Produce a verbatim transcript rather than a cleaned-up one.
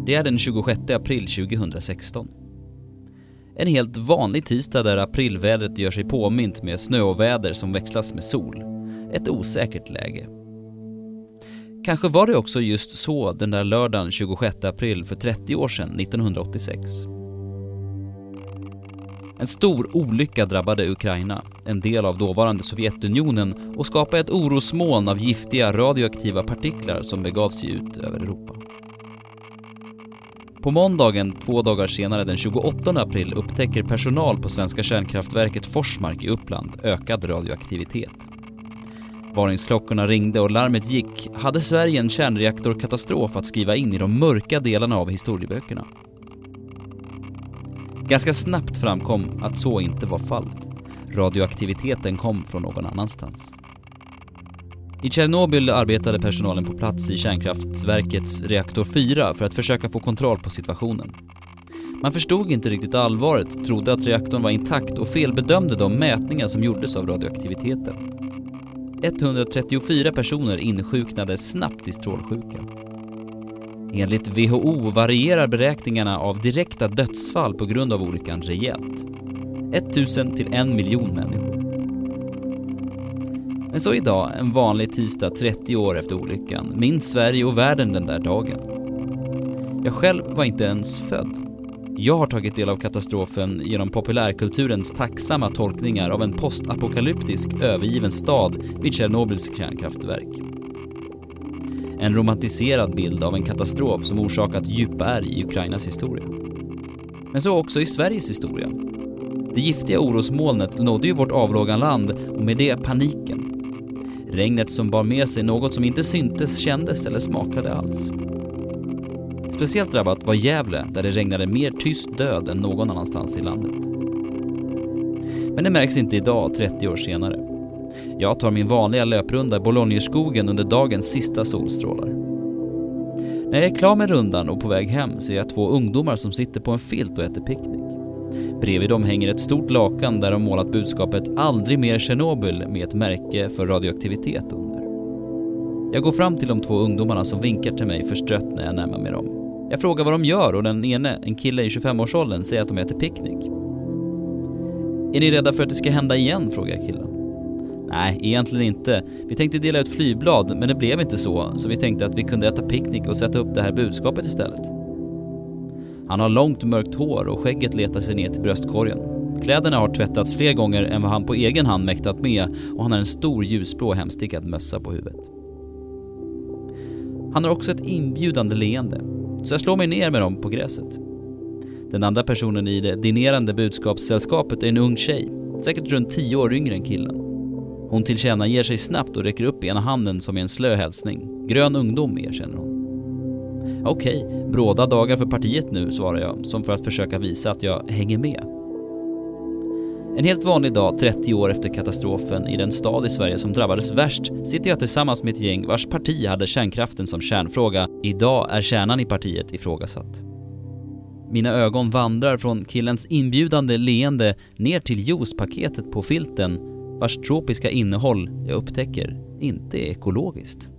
Det är den tjugosjätte april tjugohundrasexton. En helt vanlig tisdag där aprilvädret gör sig påmint med snöväder som växlas med sol. Ett osäkert läge. Kanske var det också just så den där lördagen tjugosjätte april för trettio år sedan, nittonhundraåttiosex. En stor olycka drabbade Ukraina, en del av dåvarande Sovjetunionen, och skapade ett orosmoln av giftiga radioaktiva partiklar som begav sig ut över Europa. På måndagen, två dagar senare den tjugoåttonde april, upptäcker personal på svenska kärnkraftverket Forsmark i Uppland ökad radioaktivitet. Varningsklockorna ringde och larmet gick. Hade Sverige en kärnreaktorkatastrof att skriva in i de mörka delarna av historieböckerna? Ganska snabbt framkom att så inte var fallet. Radioaktiviteten kom från någon annanstans. I Tjernobyl arbetade personalen på plats i kärnkraftverkets reaktor fyra för att försöka få kontroll på situationen. Man förstod inte riktigt allvaret, trodde att reaktorn var intakt och felbedömde de mätningar som gjordes av radioaktiviteten. etthundratrettiofyra personer insjuknade snabbt i strålsjuka. Enligt W H O varierar beräkningarna av direkta dödsfall på grund av olyckan rejält. tusen till en miljon människor. Men så idag, en vanlig tisdag trettio år efter olyckan, minns Sverige och världen den där dagen. Jag själv var inte ens född. Jag har tagit del av katastrofen genom populärkulturens tacksamma tolkningar av en postapokalyptisk övergiven stad vid Tjernobyls kärnkraftverk. En romantiserad bild av en katastrof som orsakat djupa ärr i Ukrainas historia. Men så också i Sveriges historia. Det giftiga orosmolnet nådde ju vårt avlåga land och med det paniken. Regnet som bar med sig något som inte syntes, kändes eller smakade alls. Speciellt drabbat var Gävle, där det regnade mer tyst död än någon annanstans i landet. Men det märks inte idag, trettio år senare. Jag tar min vanliga löprunda i Bologneskogen under dagens sista solstrålar. När jag är klar med rundan och på väg hem ser jag två ungdomar som sitter på en filt och äter picknick. Bredvid dem hänger ett stort lakan där de målat budskapet "Aldrig mer Tjernobyl" med ett märke för radioaktivitet under. Jag går fram till de två ungdomarna som vinkar till mig förstrött när jag närmar mig dem. Jag frågar vad de gör och den ene, en kille i tjugofem-årsåldern, säger att de äter picknick. Är ni rädda för att det ska hända igen, frågar killen. Nej, egentligen inte. Vi tänkte dela ut flygblad, men det blev inte så, så vi tänkte att vi kunde äta picknick och sätta upp det här budskapet istället. Han har långt mörkt hår och skägget letar sig ner till bröstkorgen. Kläderna har tvättats fler gånger än vad han på egen hand mäktat med och han har en stor ljusblå hemstickad mössa på huvudet. Han har också ett inbjudande leende, så jag slår mig ner med dem på gräset. Den andra personen i det dinerande budskapssällskapet är en ung tjej, säkert runt tio år yngre än killen. Hon tillkännager sig snabbt och räcker upp ena handen som är en slö hälsning. Grön ungdom, erkänner hon. Okej, bråda dagar för partiet nu, svarar jag, som för att försöka visa att jag hänger med. En helt vanlig dag, trettio år efter katastrofen i den stad i Sverige som drabbades värst, sitter jag tillsammans med ett gäng vars parti hade kärnkraften som kärnfråga. Idag är kärnan i partiet ifrågasatt. Mina ögon vandrar från killens inbjudande leende ner till juicepaketet på filten, vars tropiska innehåll jag upptäcker inte är ekologiskt.